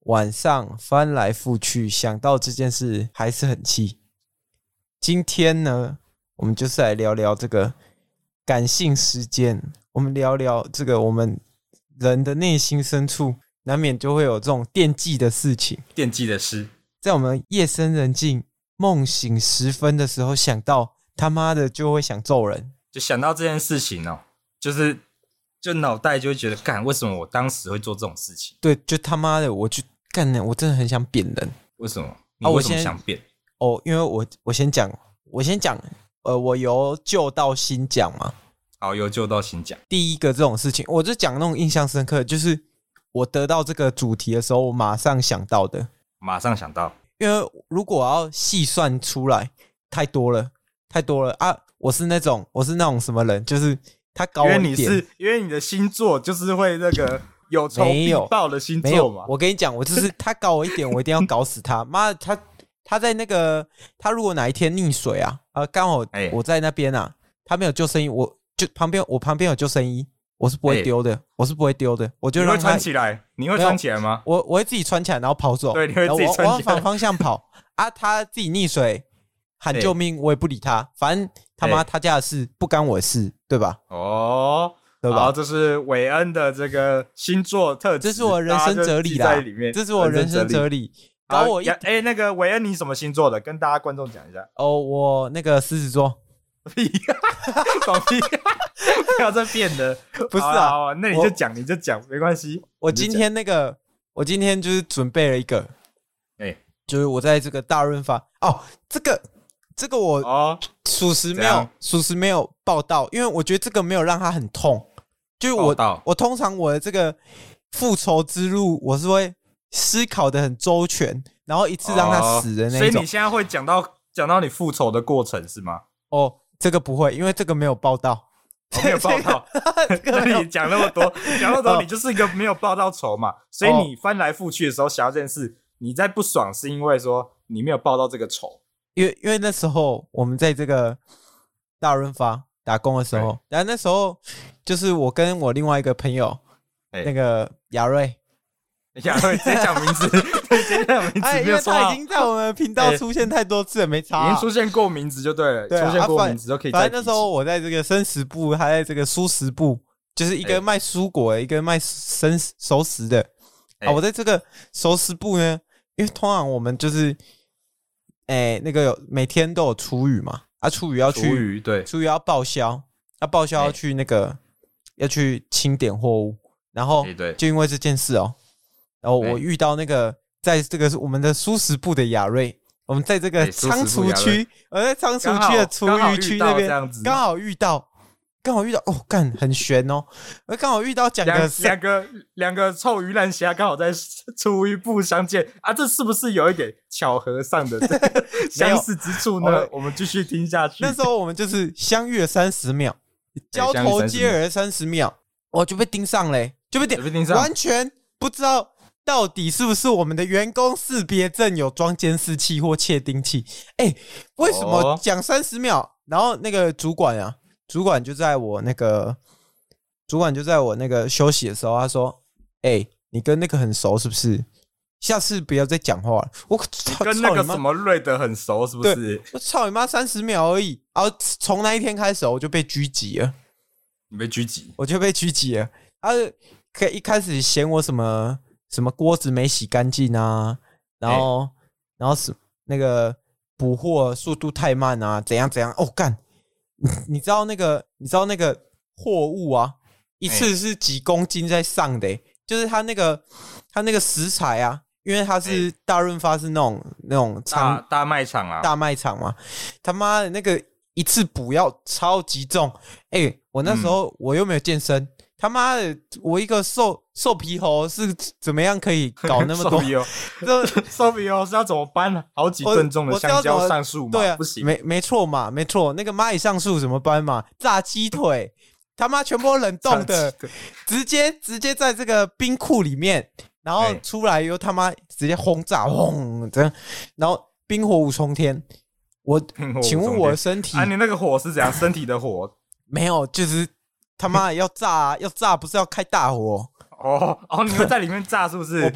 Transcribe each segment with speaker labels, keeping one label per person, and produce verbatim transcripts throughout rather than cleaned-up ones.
Speaker 1: 晚上翻来覆去想到这件事还是很气。今天呢，我们就是来聊聊这个感性时间，我们聊聊这个我们人的内心深处难免就会有这种惦记的事情，
Speaker 2: 惦记的事，在
Speaker 1: 我们夜深人静梦醒时分的时候想到，他妈的就会想揍人，
Speaker 2: 就想到这件事情哦，就是就脑袋就会觉得干，为什么我当时会做这种事情？
Speaker 1: 对，就他妈的我就干了，我真的很想扁人。
Speaker 2: 为什么？你为什么想扁？
Speaker 1: 啊、哦，因为我我先讲，我先讲，呃，我由旧到新讲嘛。
Speaker 2: 好，由旧到新讲。
Speaker 1: 第一个这种事情，我就讲那种印象深刻，就是我得到这个主题的时候，我马上想到的。
Speaker 2: 马上想到，
Speaker 1: 因为如果我要细算出来，太多了，太多了啊！我是那种，我是那种什么人，就是他高我一点，
Speaker 2: 因为你是，因为你的星座就是会那个有仇必报的星座嘛。
Speaker 1: 我跟你讲，我就是他高我一点，我一定要搞死他。妈的，他他在那个，他如果哪一天溺水啊，啊，刚好我在那边啊，他没有救生衣，我就旁边我旁边有救生衣，我是不会丢的，欸、我是不会丢的，我就让他
Speaker 2: 你会穿起来，你会穿起来吗？
Speaker 1: 我我会自己穿起来，然后跑走。
Speaker 2: 对，你会自己穿起来，
Speaker 1: 我往反方向跑啊！他自己溺水喊救命，欸、我也不理他，反正他妈他家的事不干我的事，对吧？
Speaker 2: 哦，
Speaker 1: 对吧？
Speaker 2: 这是韦恩的这个星座特质，
Speaker 1: 这是我人生哲理啦，这是我人生哲理。搞我一
Speaker 2: 哎、欸，那个韦恩你什么星座的？跟大家观众讲一下。
Speaker 1: 哦，我那个狮子座。
Speaker 2: 屁，放屁！不要再变了。
Speaker 1: 不是啊，
Speaker 2: 好好那你就讲，你就讲，没关系。
Speaker 1: 我今天那个，我今天就是准备了一个，
Speaker 2: 哎、欸，
Speaker 1: 就是我在这个大润发哦，这个这个我哦，属实没有，属实没有报道，因为我觉得这个没有让他很痛。就是我，我通常我的这个复仇之路，我是会思考的很周全，然后一次让他死的那种。
Speaker 2: 哦、所以你现在会讲到讲到你复仇的过程是吗？
Speaker 1: 哦。这个不会，因为这个没有报道，
Speaker 2: 哦、没有报道。那你讲那么多，讲那么多，你就是一个没有报道仇嘛。所以你翻来覆去的时候想到这件事，你在不爽是因为说你没有报到这个仇。
Speaker 1: 因为因为那时候我们在这个大润发打工的时候，然后那时候就是我跟我另外一个朋友，那个亚瑞。
Speaker 2: 亚瑞直接讲名字，直接讲名字，
Speaker 1: 哎，因为他已经在我们频道出现太多次了，没差、啊，
Speaker 2: 已经出现过名字就对了，对啊、出現過名字就可以再。
Speaker 1: 反正那时候我在这个生食部，他在这个蔬食部，就是一个賣蔬果的，一个賣生熟食的。啊，我在这个熟食部呢，因为通常我们就是，哎、欸，那个每天都有廚餘嘛，啊，廚餘要去，
Speaker 2: 廚餘对，
Speaker 1: 廚餘要報銷，要報銷要去那個、欸、要去清點貨物，然後就因為這件事哦。然後我遇到那個在這個我們的蔬食部的亞瑞，我們在這個倉儲區，我在倉儲區的廚餘區那邊剛好遇到，剛好遇到哦，幹很懸哦，我剛好遇到講的
Speaker 2: 兩個兩個臭魚爛蝦剛好在廚餘部相見啊，這是不是有一點巧合上的相似之處呢？我們繼續聽下去。
Speaker 1: 那時候我們就是相遇了三十秒，交頭接耳三十秒，我就被盯上嘞，就被盯上，完全不知道。到底是不是我们的员工識別證有裝監視器或竊聽器？哎、欸，為什麼講三十秒？然後那個主管啊，主管就在我那個主管就在我那個休息的時候，他說：“哎、欸，你跟那個很熟是不是？下次不要再講話了。”我
Speaker 2: 跟那個什麼瑞德很熟是不是？
Speaker 1: 我操你媽，三十秒而已。然後從那一天開始，我就被狙擊了。
Speaker 2: 你被狙擊？
Speaker 1: 我就被狙擊了。他可以一開始嫌我什麼？什麼鍋子沒洗乾淨啊，然後、欸、然後是那個補貨速度太慢啊，怎樣怎樣哦幹，你你知道那個你知道那個貨物啊，一次是幾公斤在上的、欸，就是他那個他那個食材啊，因為他是大潤發是那種那種
Speaker 2: 大大賣場啊，
Speaker 1: 大賣場嘛，他媽的那個一次補要超級重，哎、欸，我那時候我又沒有健身。嗯他媽的，我一個瘦瘦皮猴是怎麼樣可以搞那麼多？
Speaker 2: 瘦皮猴，瘦皮猴是要怎麼搬好幾噸重的香蕉上樹嘛？
Speaker 1: 對啊，
Speaker 2: 不行，
Speaker 1: 沒沒錯嘛，沒錯，那個螞蟻上樹怎麼搬嘛？炸雞腿，他媽全部都冷凍的，直接直接在這個冰庫裡面，然後出來又他媽直接轟炸，轟這樣，然後冰火五重天。我請問我的身體
Speaker 2: 啊，你那個火是怎樣？身體的火
Speaker 1: 沒有，就是。他媽要炸、啊，要炸不是要開大火
Speaker 2: 哦哦！你會在裡面炸是不是？
Speaker 1: 我不會，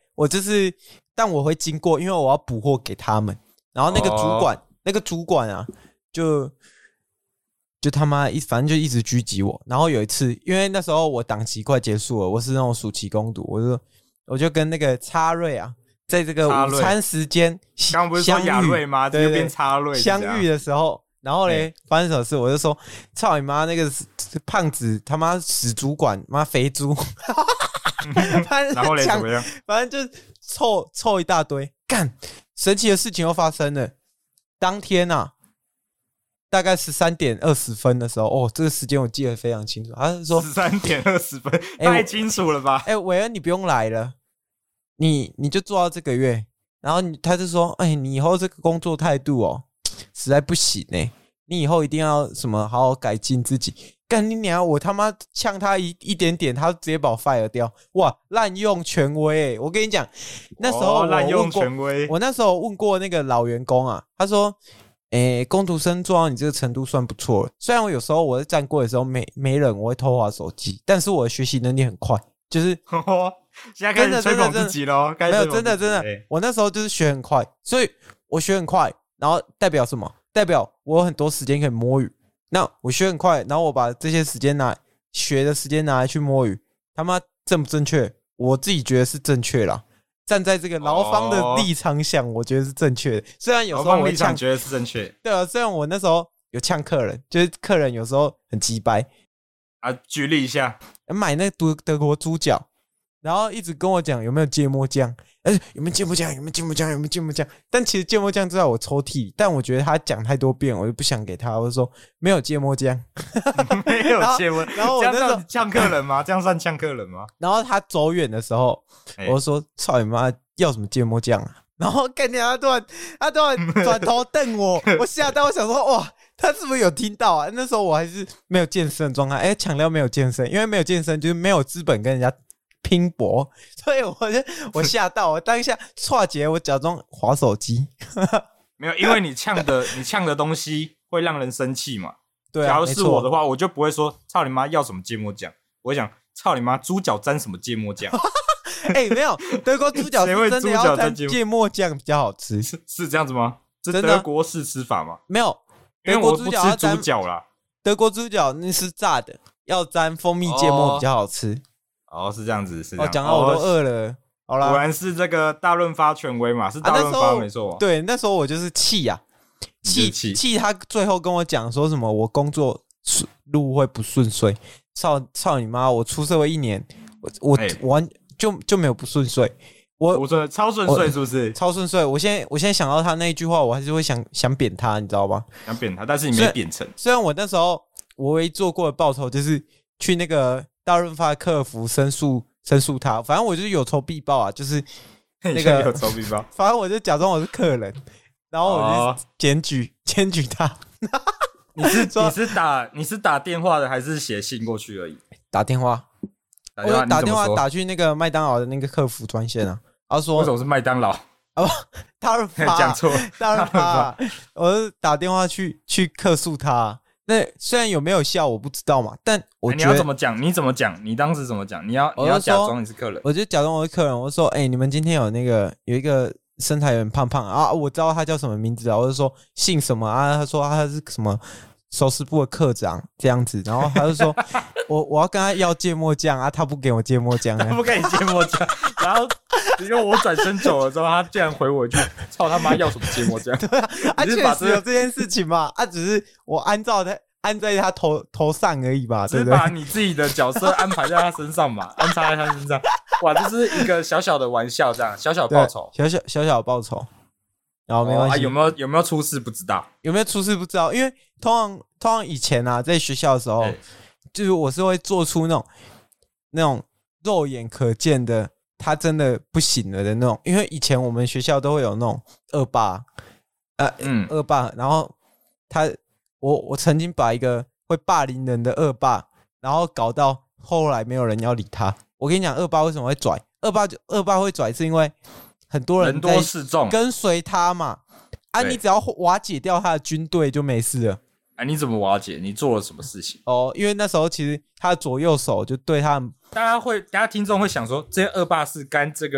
Speaker 1: 我就是，但我会经过，因为我要补货给他们。然后那个主管，哦、那个主管啊，就就他妈一反正就一直狙击我。然后有一次，因为那时候我档期快结束了，我是那种暑期工读，我就我就跟那个插瑞啊，在这个午餐时间，
Speaker 2: 刚不是说亚瑞吗？
Speaker 1: 对对，
Speaker 2: 变插瑞
Speaker 1: 相遇的时候。然后嘞，发生什么事？我就说，操你妈！那个胖子他妈死主管，妈肥猪。
Speaker 2: 然后嘞怎么样？
Speaker 1: 反正就凑凑一大堆，干神奇的事情又发生了。当天啊，大概十三点二十分的时候，哦，这个时间我记得非常清楚。他是说
Speaker 2: 十三点二十分，太清楚了吧？
Speaker 1: 哎、欸，韦恩，你不用来了，你你就做到这个月。然后你他就说，哎、欸，你以后这个工作态度哦。实在不行呢、欸，你以后一定要什么好好改进自己。干你娘！我他妈呛他一一点点，他直接把我 fire 掉。哇，滥用权威、欸！我跟你讲，那时候
Speaker 2: 滥、哦、用权威。
Speaker 1: 我那时候问过那个老员工啊，他说：“诶、欸，工读生做到你这个程度算不错了。虽然我有时候我在站柜的时候没没人，我会偷滑手机，但是我的学习能力很快。就是
Speaker 2: 现在开始吹捧自己咯，
Speaker 1: 没有真的真的，我那时候就是学很快，所以我学很快。”然后代表什么？代表我有很多时间可以摸鱼。那我学很快，然后我把这些时间拿学的时间拿来去摸鱼，他妈正不正确？我自己觉得是正确啦。站在这个劳方的立场想，我觉得是正确的。虽然有时候我
Speaker 2: 立场觉得是正确，
Speaker 1: 对啊，虽然我那时候有呛客人，就是客人有时候很鸡掰
Speaker 2: 啊。举例一下，
Speaker 1: 买那德德国猪脚，然后一直跟我讲有没有芥末酱。哎、欸，有没有芥末酱？有没有芥末酱？有没有芥末酱？但其实芥末酱就在我抽屉里，但我觉得他讲太多遍，我就不想给他。我就说没有芥末酱，
Speaker 2: 没有芥末。
Speaker 1: 然后我那时候
Speaker 2: 呛客人吗？这样算呛客人吗？
Speaker 1: 然后他走远的时候，我就说：“操你妈，要什么芥末酱啊？”然后干掉他突然，他突然转头瞪我，我吓到，我想说：“哇，他是不是有听到啊？”那时候我还是没有健身的状态，哎、欸，强调没有健身，因为没有健身就是没有资本跟人家拼搏，所以我就我吓到，我当下唰节，我假装滑手机，
Speaker 2: 没有，因为你呛的你呛的东西会让人生气嘛。
Speaker 1: 对啊，
Speaker 2: 假如是我的话，我就不会说操你妈要什么芥末酱，我会讲操你妈猪脚沾什么芥末酱。
Speaker 1: 哎、欸，没有，德国猪脚是真的要沾芥末酱比较好吃，
Speaker 2: 是是这样子吗？这是德国式吃法吗？
Speaker 1: 没有，
Speaker 2: 因为我不吃猪脚啦。
Speaker 1: 德国猪脚那是炸的，要沾蜂蜜芥末比较好吃。
Speaker 2: 哦，是这样子，是这样。
Speaker 1: 哦，讲到我都饿了。哦、好啦，
Speaker 2: 果然是这个大润发权威嘛，是大润发、啊、没错。
Speaker 1: 对，那时候我就是气呀、啊，气气他最后跟我讲说什么，我工作路会不顺遂。操操你妈！我出社会一年，我我完、欸、就就没有不顺遂。我
Speaker 2: 我说超顺遂是不是？
Speaker 1: 超顺遂！我现在我现在想到他那一句话，我还是会想想扁他，你知道吧？
Speaker 2: 想扁他，但是你没扁成。
Speaker 1: 虽然我那时候我唯一做过的报酬就是去那个大润发客服申诉申诉他，反正我就是有仇必报啊，就是那个
Speaker 2: 有仇必报。
Speaker 1: 反正我就假装我是客人，然后我就检举检、哦、举他。
Speaker 2: 你是你是打你是打电话的还是写信过去而已？
Speaker 1: 打电话，
Speaker 2: 打电话
Speaker 1: 我打电话打去那个麦当劳的那个客服专线啊。他说
Speaker 2: 为什么是麦当劳？
Speaker 1: 啊不，大润发
Speaker 2: 讲错，
Speaker 1: 大润发，我是打电话去去客诉他。那虽然有没有效我不知道嘛，但我觉得、
Speaker 2: 欸、你要怎么讲？你怎么讲？你当时怎么讲？你要你要假装你是客人，
Speaker 1: 我就假装我是客人。我就说，哎、欸，你们今天有那个有一个身材有点胖胖啊，我知道他叫什么名字啊，我就说姓什么啊？他说他是什么收拾部的科长这样子，然后他就说我我要跟他要芥末酱啊，他不给我芥末酱，
Speaker 2: 他不给你芥末酱，然后因为我转身走了之后，他竟然回我一句：“操他妈，要什么芥末酱？”
Speaker 1: 对啊，啊确实有这件事情嘛，啊只是我按照他按在他头头上而已吧，
Speaker 2: 只是把你自己的角色安排在他身上嘛，安插在他身上。哇，这是一个小小的玩笑，这样小小报酬，
Speaker 1: 小小小小报酬。然后没关系、
Speaker 2: 哦啊，有没有有没有出事不知道，
Speaker 1: 有没有出事不知道，因为通常通常以前啊，在学校的时候，欸、就是我是会做出那种那种肉眼可见的，他真的不行了的那种。因为以前我们学校都会有那种恶霸，呃，嗯，恶霸，然后他我我曾经把一个会霸凌人的恶霸，然后搞到后来没有人要理他。我跟你讲，恶霸为什么会拽？恶霸就恶霸会拽，是因为很多人在跟随他嘛，啊，你只要瓦解掉他的军队就没事了。
Speaker 2: 啊，你怎么瓦解？你做了什么事情？
Speaker 1: 哦，因为那时候其实他的左右手就对他，
Speaker 2: 大家会，大家听众会想说，这些恶霸是干这个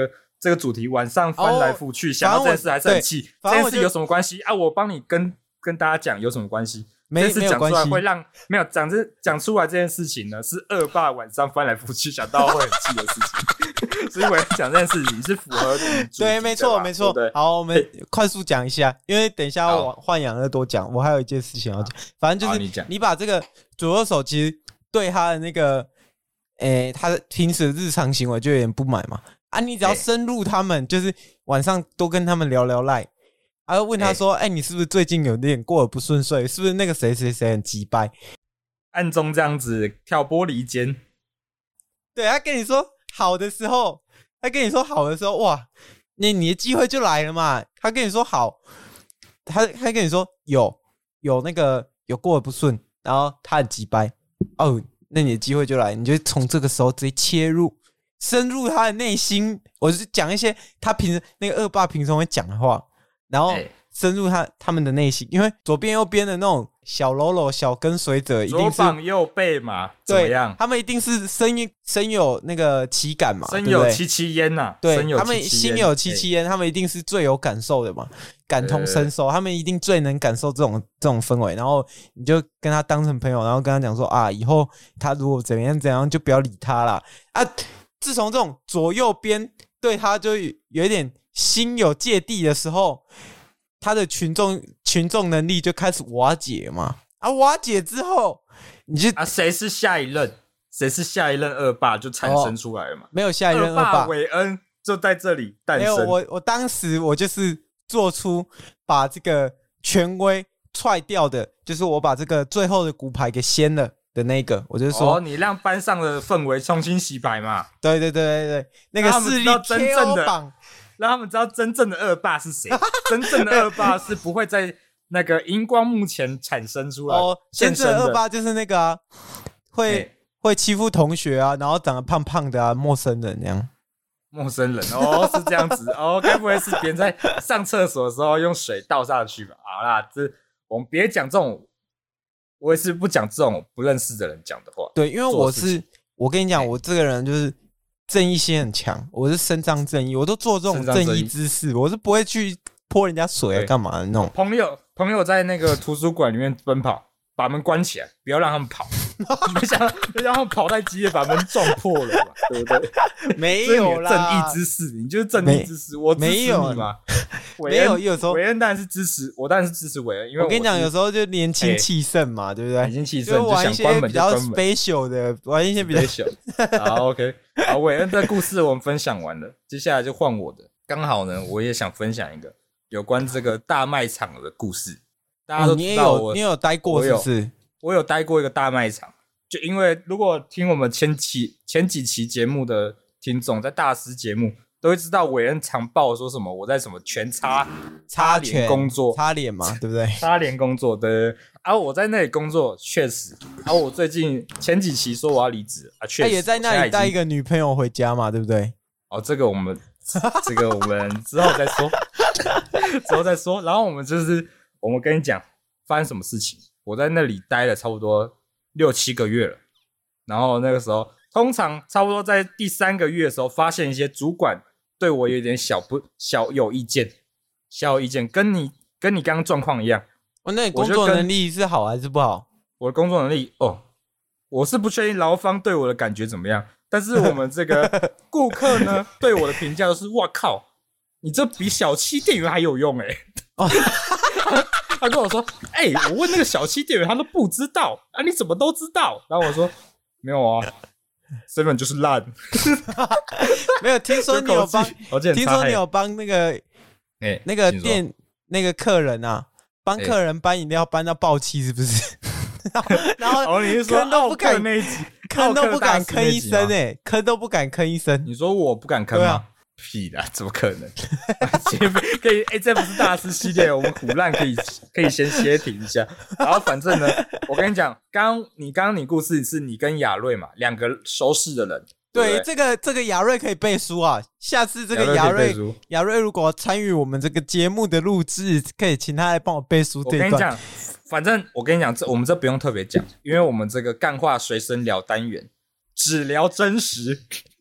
Speaker 2: 这个主题晚上翻来覆去，哦、想到这件事还是很气。这件事有什么关系啊？我帮你跟跟大家讲有什么关系？
Speaker 1: 没
Speaker 2: 这次讲出来会让没有讲这讲出来这件事情呢，是恶霸晚上翻来覆去想到会很气的事情。所以我讲这件事情是符合
Speaker 1: 对，没错没错。好，我们快速讲一下，因为等一下我换养乐多讲，我还有一件事情要讲。反正就是 你, 你把这个左右手其实对他的那个，诶、欸，他的平时的日常行为就有点不满嘛。啊，你只要深入他们，就是晚上多跟他们聊聊赖。还会问他说：“哎、欸欸，你是不是最近有点过得不顺遂？是不是那个谁谁谁很鸡掰？”
Speaker 2: 暗中这样子挑拨离间。
Speaker 1: 对，他跟你说好的时候，他跟你说好的时候，哇，那你的机会就来了嘛。他跟你说好，他他跟你说有有那个有过得不顺，然后他很鸡掰哦，那你的机会就来，你就从这个时候直接切入，深入他的内心。我是讲一些他平时那个恶霸平常会讲的话。然后深入他他们的内心，因为左边右边的那种小喽啰、小跟随者，一定是
Speaker 2: 左膀右背嘛，怎么样？
Speaker 1: 他们一定是深深有那个情感嘛，
Speaker 2: 深有戚戚焉呐。
Speaker 1: 对，
Speaker 2: 深有
Speaker 1: 他们心有戚戚焉，他们一定是最有感受的嘛，感同身受，他们一定最能感受这种这种氛围。然后你就跟他当成朋友，然后跟他讲说啊，以后他如果怎样怎样，就不要理他啦。啊，自从这种左右边对他就有一点心有芥蒂的时候，他的群众群众能力就开始瓦解嘛。啊，瓦解之后，你就
Speaker 2: 啊，谁是下一任？谁是下一任恶霸就产生出来了嘛？哦、
Speaker 1: 没有下一任恶霸，
Speaker 2: 恶霸韦恩就在这里诞生。
Speaker 1: 没有，我我当时我就是做出把这个权威踹掉的，就是我把这个最后的骨牌给掀了的那个，我就是说，
Speaker 2: 哦，你让班上的氛围重新洗白嘛？
Speaker 1: 对对对对对，那个势力
Speaker 2: 真正的。让他们知道真正的恶霸是谁。真正的恶霸是不会在那个荧光幕前产生出来。哦，
Speaker 1: 真正的恶霸就是那个啊，会会欺负同学啊，然后长得胖胖的啊，陌生人那样。
Speaker 2: 陌生人哦，是这样子哦，该不会是别人在上厕所的时候用水倒上去吧？好啦，这我们别讲这种，我也是不讲这种不认识的人讲的话。
Speaker 1: 对，因为我是我跟你讲，我这个人就是。正义心很强，我是伸张正义，我都做这种正义之事，我是不会去泼人家水啊，干嘛的那种。
Speaker 2: 朋友，朋友在那个图书馆里面奔跑，把门关起来，不要让他们跑。没想到，没想到他们跑太激烈，把门撞破了嘛，对不对？
Speaker 1: 没有啦，
Speaker 2: 正义之士，你就是正义之士，我支持你嘛。
Speaker 1: 没有，有时候
Speaker 2: 韦恩当然是支持，我当然是支持韦恩，因为
Speaker 1: 我, 我跟你讲，有时候就年轻气盛嘛，欸、对不对？
Speaker 2: 年轻气盛，
Speaker 1: 就玩一些比较
Speaker 2: special
Speaker 1: 的，玩一些比较
Speaker 2: special。好 ，OK， 好，韦恩的故事我们分享完了，接下来就换我的。刚好呢，我也想分享一个有关这个大卖场的故事。大家都知道我，
Speaker 1: 哦、你, 也有你有待过是不是？
Speaker 2: 我有待过一个大卖场，就因为如果听我们前期前几期节目的听众，在大师节目都会知道，韦恩常报说什么我在什么全擦擦脸工作，
Speaker 1: 擦脸嘛，对不对？
Speaker 2: 擦脸工作，对。啊，我在那里工作，确实。啊，我最近前几期说我要离职啊，确实。他
Speaker 1: 也在那里带一个女朋友回家嘛，对不对？
Speaker 2: 哦，这个我们这个我们之后再说，之后再说。然后我们就是我们跟你讲发生什么事情。我在那里待了差不多六七个月了，然后那个时候通常差不多在第三个月的时候，发现一些主管对我有点小不小有意见，小有意见，跟你跟你刚刚状况一样。
Speaker 1: 哦，那你工作能力是好还是不好？
Speaker 2: 我的工作能力哦，我是不确定劳方对我的感觉怎么样，但是我们这个顾客呢对我的评价就是哇靠，你这比小七店员还有用哎、欸！哦他跟我说：“哎、欸，我问那个小七店员，他都不知道啊，你怎么都知道？”然后我说：“没有啊 ，seven 就是烂。”
Speaker 1: 没有听说你有帮，听说你有帮那个、欸、那个店那个客人啊，帮客人搬饮料搬到爆气是不是？然后
Speaker 2: 然后你是说
Speaker 1: 坑都不敢
Speaker 2: 那一集，
Speaker 1: 坑都不敢吭一声哎、欸，坑都不敢吭一声。
Speaker 2: 你说我不敢吭吗？屁啦，怎么可能？可以，哎、欸，这不是大师系列，我们唬烂可以可以先歇停一下。然后反正呢，我跟你讲，刚刚你刚刚你故事是你跟亚瑞嘛，两个熟识的人。
Speaker 1: 对，对这个这个亚瑞可以背书啊。下次这个亚瑞亚瑞如果参与我们这个节目的录制，可以请他来帮我背书这一段。
Speaker 2: 我跟你讲，反正我跟你讲，这我们这不用特别讲，因为我们这个干话随身聊单元只聊真实。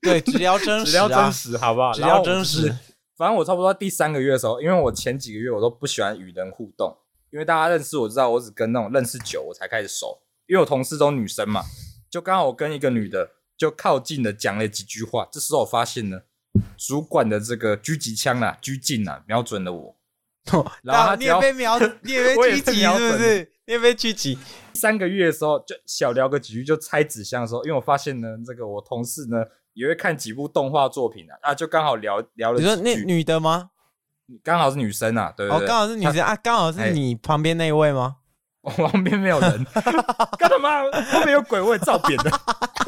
Speaker 1: 对，只聊真实、啊，
Speaker 2: 只聊真实，好不好？
Speaker 1: 只聊真实。
Speaker 2: 反正我差不多第三个月的时候，因为我前几个月我都不喜欢与人互动，因为大家认识我知道我只跟那种认识久我才开始熟，因为我同事都女生嘛，就刚好我跟一个女的就靠近的讲了几句话，这时候我发现呢，主管的这个狙击枪啊，狙镜啊，瞄准了我。
Speaker 1: 然后他你也被瞄，你也被狙击是不是？你也被狙击。
Speaker 2: 三个月的时候就小聊个几句，就拆纸箱的时候，因为我发现呢，这个我同事呢也会看几部动画作品啊，啊，就刚好聊聊了几句。
Speaker 1: 你说那女的吗？
Speaker 2: 刚好是女生啊，对不对？
Speaker 1: 哦，刚好是女生啊，刚好是你旁边那一位吗？
Speaker 2: 我旁边没有人，干他妈后面有鬼，我也照扁的。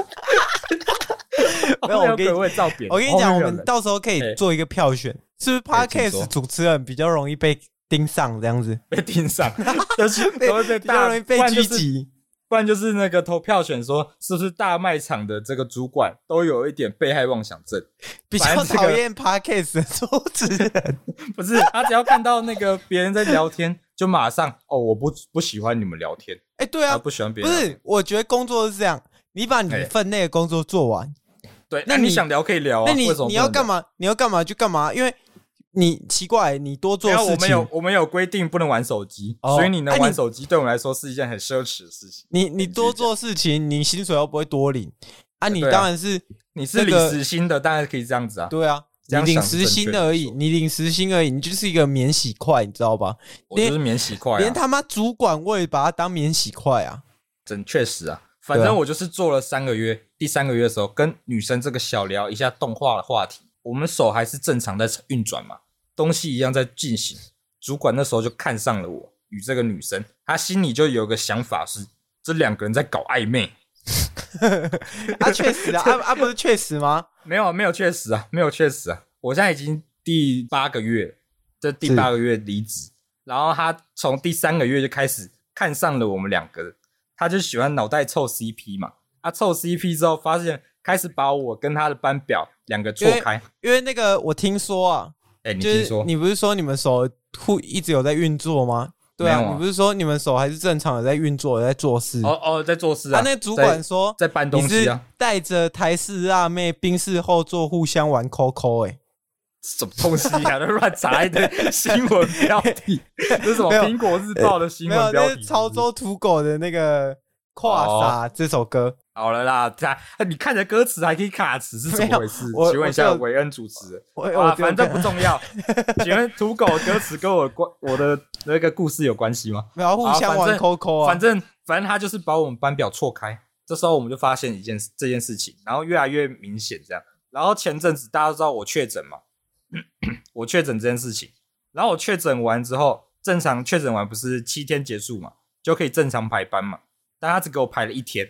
Speaker 1: 没有，我跟你
Speaker 2: 我照扁。
Speaker 1: 我跟你讲，我们到时候可以做一个票选，是不是 Podcast 主持人比较容易被盯上这样子？
Speaker 2: 被盯上，就是
Speaker 1: 比较容易被狙击。
Speaker 2: 不然就是那个投票选说，是不是大卖场的这个主管都有一点被害妄想症，
Speaker 1: 比较讨厌 Podcast 的主持人。
Speaker 2: 不是，他只要看到那个别人在聊天，就马上哦，我不不喜欢你们聊天。
Speaker 1: 哎、欸，对啊，
Speaker 2: 不喜欢别人。
Speaker 1: 不是，我觉得工作是这样，你把你分内的工作做完，
Speaker 2: 对，那你想聊可以聊啊。
Speaker 1: 那你
Speaker 2: 为什么
Speaker 1: 你要干嘛？你要干嘛就干嘛，因为。你奇怪，你多做事情。
Speaker 2: 我们有我们有规定不能玩手机，哦、所以你能玩手机对我们来说是一件很奢侈的事情。
Speaker 1: 你你多做事情，你薪水又不会多领啊！你当然是、那個、
Speaker 2: 你是领时薪的，当然可以这样子啊。
Speaker 1: 对啊，你领时薪而已，你领时薪而已，你就是一个免洗筷，你知道吧？
Speaker 2: 我就是免洗筷、啊，
Speaker 1: 连他妈主管我也把它当免洗筷啊！
Speaker 2: 真确实啊，反正我就是做了三个月，第三个月的时候跟女生这个小聊一下动画的话题，我们手还是正常在运转嘛。东西一样在进行，主管那时候就看上了我与这个女生，他心里就有个想法是，这两个人在搞暧昧。
Speaker 1: 啊，确实啊，啊啊，不是确实吗？
Speaker 2: 没有，没有确实啊，没有确实啊。我现在已经第八个月，这第八个月离职，然后他从第三个月就开始看上了我们两个人，他就喜欢脑袋凑 C P 嘛。他凑 C P 之后，发现开始把我跟他的班表两个错开，
Speaker 1: 因为, 因为那个我听说啊。
Speaker 2: 哎、欸，你听说、
Speaker 1: 就是、你不是说你们手互一直有在运作吗？对啊，啊你不是说你们手还是正常的在运作，在做事？
Speaker 2: 哦哦，在做事啊！
Speaker 1: 啊那主管说
Speaker 2: 在, 在搬东西啊，
Speaker 1: 带着台式辣妹宾士后座互相玩 Coco， 哎、欸，
Speaker 2: 什么东西啊？都乱查一堆新闻标题，这是什么苹果日报的新闻标题？
Speaker 1: 没有，那是潮州土狗的那个跨撒、哦、这首歌。
Speaker 2: 好了啦，他你看着歌词还可以卡词是怎么回事？请问一下韦恩主持人。我啊，反正不重要。请问土狗歌词跟我关我的那个故事有关系吗？
Speaker 1: 没有，互相玩 Coco 啊。
Speaker 2: 反正反正他就是把我们班表错开。这时候我们就发现一件这件事情，然后越来越明显这样。然后前阵子大家都知道我确诊嘛，我确诊这件事情。然后我确诊完之后，正常确诊完不是七天结束嘛，就可以正常排班嘛。但他只给我排了一天。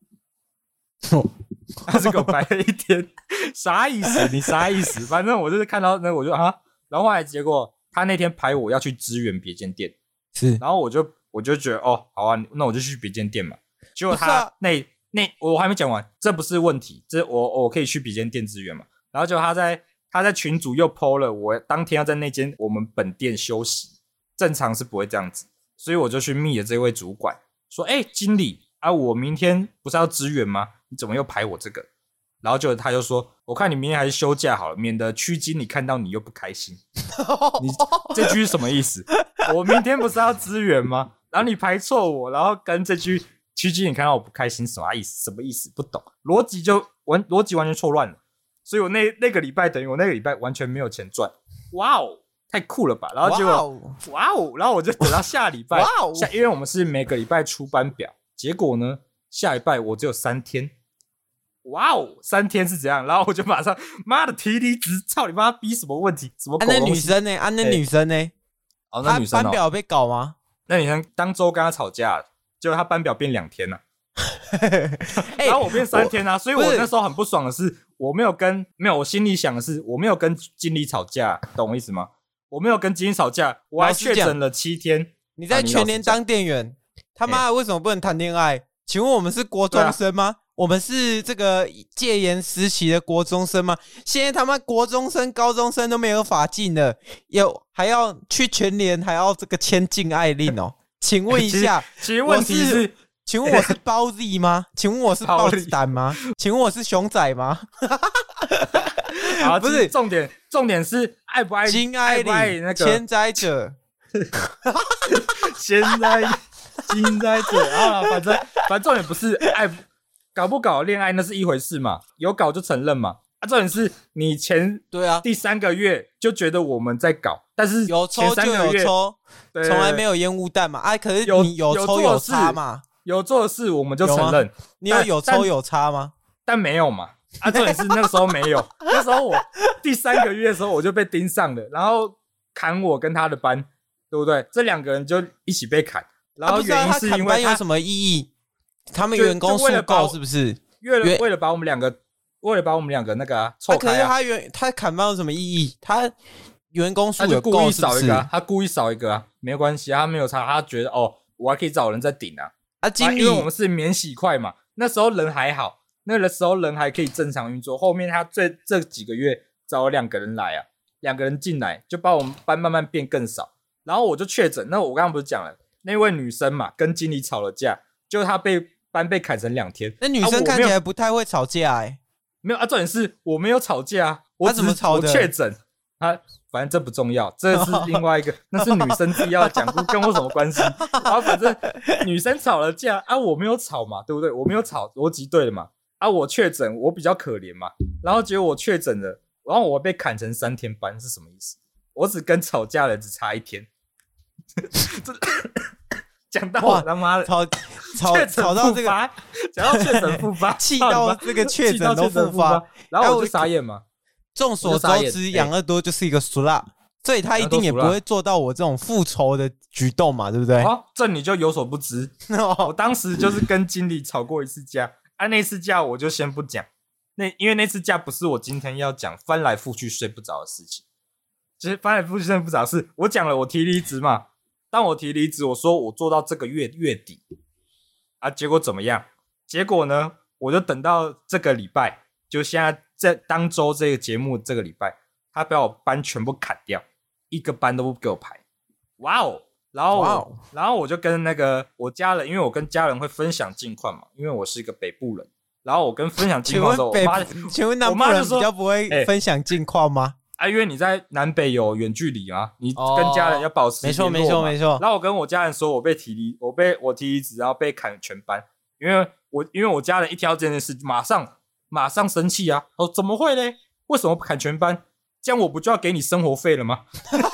Speaker 2: 他是给我排了一天，啥意思？你啥意思？反正我就是看到那我就啊，然后后来结果他那天排我要去支援别间店，
Speaker 1: 是，
Speaker 2: 然后我就我就觉得哦，好啊，那我就去别间店嘛。结果他、啊、那那我还没讲完，这不是问题，这我我可以去别间店支援嘛。然后就他在他在群组又 po 了，我当天要在那间我们本店休息，正常是不会这样子，所以我就去密了这位主管，说，哎、欸，经理啊，我明天不是要支援吗？你怎么又排我这个？然后就他就说，我看你明天还是休假好了，免得区经理看到你又不开心。你这句是什么意思？我明天不是要支援吗？然后你排错我，然后跟这句区经理看到我不开心，什么意思？什么意思？不懂，逻辑就完，逻辑完全错乱了。所以我那那个礼拜等于我那个礼拜完全没有钱赚。哇哦，太酷了吧！然后结果哇哦，然后我就等到下礼拜，下因为我们是每个礼拜出班表，结果呢，下礼拜我只有三天。哇哦，三天是怎样？然后我就马上妈的提离职，操你妈逼什么问题？什么狗东西？
Speaker 1: 啊，那女生呢？啊，那女生呢？
Speaker 2: 哦，那女生、哦、
Speaker 1: 班表被搞吗？
Speaker 2: 那女生当周跟她吵架了，结果她班表变两天了、啊，然后我变三天啊，所以我那时候很不爽的是，我没有跟没有，我心里想的是，我没有跟经理吵架，懂我意思吗？我没有跟经理吵架，我还确诊了七天。
Speaker 1: 你在全联当店员，他妈的为什么不能谈恋爱？请问我们是国中生吗？我们是这个戒严时期的国中生吗？现在他妈国中生、高中生都没有法禁了，有还要去全联，还要这个签禁爱令哦？请问一下，
Speaker 2: 其实问题是
Speaker 1: 请问我是包 Z 吗？请问我是豹子胆吗？请问我是熊仔吗？
Speaker 2: 啊，不是重点，重点是爱不爱
Speaker 1: 金爱
Speaker 2: 玲那个
Speaker 1: 千载者，
Speaker 2: 现在金在者啊，反正反正重点不是爱搞不搞恋爱那是一回事嘛，有搞就承认嘛。啊，重点是你前
Speaker 1: 对啊
Speaker 2: 第三个月就觉得我们在搞，但是
Speaker 1: 有抽就有抽，从来没有烟雾弹嘛。啊，可是你有抽有差嘛，
Speaker 2: 有做的事我们就承认。
Speaker 1: 你有有抽有差吗？
Speaker 2: 但没有嘛。啊，重点是那个时候没有，那时候我第三个月的时候我就被盯上了，然后砍我跟他的班，对不对？这两个人就一起被砍，然后原因是因为他、啊、他砍
Speaker 1: 班有什么意义？他们员工数够是不是？
Speaker 2: 为了为了把我们两个，为了把我们两个那个、啊、凑开、啊。
Speaker 1: 可是他员他砍班有什么意义？他员工数有够
Speaker 2: 他就故意少一个、啊，他故意少一个啊，没关系啊，他没有差，他觉得哦，我还可以找人在顶啊。
Speaker 1: 啊，经理，
Speaker 2: 因为我们是免洗块嘛，那时候人还好。那个时候人还可以正常运作，后面他这这几个月找了两个人来啊，两个人进来就把我们班慢慢变更少，然后我就确诊。那我刚刚不是讲了，那位女生嘛，跟经理吵了架，就她被班被砍成两天。
Speaker 1: 那女生、啊、看起来不太会吵架哎、欸，
Speaker 2: 没有啊，重点是我没有吵架啊，我
Speaker 1: 怎么吵的？
Speaker 2: 我确诊，啊，反正这不重要，这是另外一个，那是女生自己要讲，跟我什么关系？然后反正女生吵了架啊，我没有吵嘛，对不对？我没有吵，逻辑对了嘛。啊，我确诊，我比较可怜嘛，然后结果我确诊了，然后我被砍成三天班是什么意思？我只跟吵架的只差一天，讲到我他妈的
Speaker 1: 吵吵吵到这个，
Speaker 2: 讲到确诊复发，
Speaker 1: 气到这个确诊都复发，
Speaker 2: 然后我就傻眼嘛。
Speaker 1: 众所周知，养乐多就是一个俗辣，所以他一定也不会做到我这种复仇的举动嘛，对不对？
Speaker 2: 哦，这你就有所不知，我当时就是跟经理吵过一次架。啊，那次架我就先不讲，那因为那次架不是我今天要讲翻来覆去睡不着的事情。其实翻来覆去睡不着是我讲了我提离职嘛，当我提离职，我说我做到这个月月底啊，结果怎么样？结果呢，我就等到这个礼拜，就现在在当周这个节目这个礼拜，他把我班全部砍掉，一个班都不给我排。哇哦！然后我， wow. 然后我就跟那个我家人，因为我跟家人会分享近况嘛，因为我是一个北部人。然后我跟分享近况的时候，我妈，
Speaker 1: 请问南部人比较不会分享近况吗？
Speaker 2: 欸、啊，因为你在南北有远距离啊，你跟家人要保持联络嘛。
Speaker 1: 没错，没错，没错。
Speaker 2: 然后我跟我家人说，我被提离，我被我提离职，然后被砍全班，因为我因为我家人一听到这件事，马上马上生气啊！哦，怎么会呢？为什么砍全班？这样我不就要给你生活费了吗？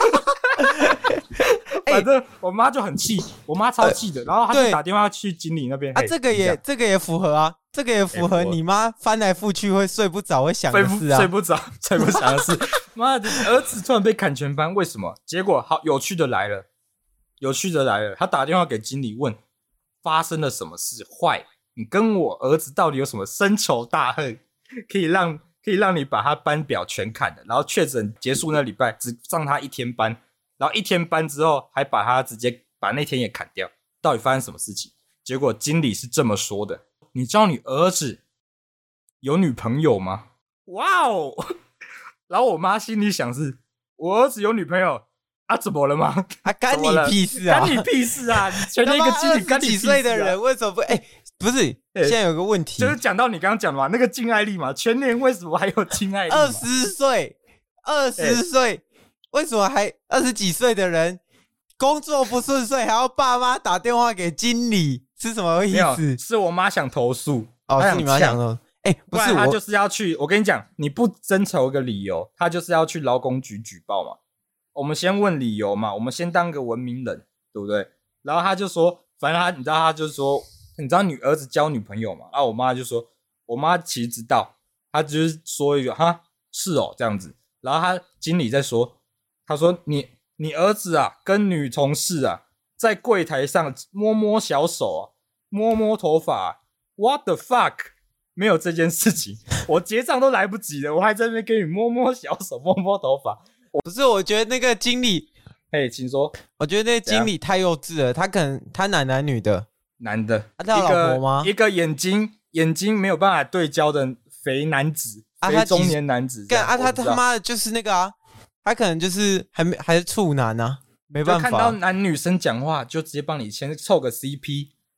Speaker 2: 反正我妈就很气，我妈超气的，然后她就打电话去经理那边。
Speaker 1: 啊，这个也这个也符合啊，这个也符合你妈翻来覆去会睡不着会想的事啊，
Speaker 2: 睡不着睡不着的事。妈的，儿子突然被砍全班，为什么？结果好有趣的来了，有趣的来了，他打电话给经理问发生了什么事，坏，你跟我儿子到底有什么深仇大恨，可以让可以让你把他班表全砍了，然后确诊结束那礼拜只上他一天班。然后一天班之后，还把他直接把那天也砍掉。到底发生什么事情？结果经理是这么说的：“你知道你儿子有女朋友吗？”哇哦！然后我妈心里想是：我儿子有女朋友啊？怎么了吗？
Speaker 1: 啊，干你屁事啊！
Speaker 2: 干你屁事啊！你全一个经理干你屁事、啊、
Speaker 1: 几岁的人为什么不？哎、欸，不是、欸，现在有个问题，
Speaker 2: 就是讲到你刚刚讲的嘛，那个禁爱力嘛，全年为什么还有禁爱力？
Speaker 1: 二十岁，二十岁。为什么还二十几岁的人工作不顺遂，还要爸妈打电话给经理，是什么意思？
Speaker 2: 是我妈想投诉
Speaker 1: 哦，是你妈想投诉。哎、欸，不是，
Speaker 2: 她就是要去。我跟你讲，你不征求一个理由，她就是要去劳工局举报嘛。我们先问理由嘛，我们先当个文明人，对不对？然后他就说，反正他，你知道，他就说，你知道你儿子交女朋友嘛？然后我妈就说，我妈其实知道，她就是说一句哈，是哦这样子。然后他经理在说。他说你你儿子啊跟女同事啊在柜台上摸摸小手啊摸摸头发、啊、what the fuck 没有这件事情，我结账都来不及了，我还在那边给你摸摸小手摸摸头发。
Speaker 1: 不是，我觉得那个经理，
Speaker 2: 嘿，请说。
Speaker 1: 我觉得那个经理太幼稚了，他可能他男男女的
Speaker 2: 男的、
Speaker 1: 啊、他有老婆吗？
Speaker 2: 一个眼睛眼睛没有办法对焦的肥男子、啊、肥中年男子
Speaker 1: 干啊，他他妈的就是那个啊，他可能就是还没还是处男啊，没办法，
Speaker 2: 就看到男女生讲话就直接帮你先凑个 C P，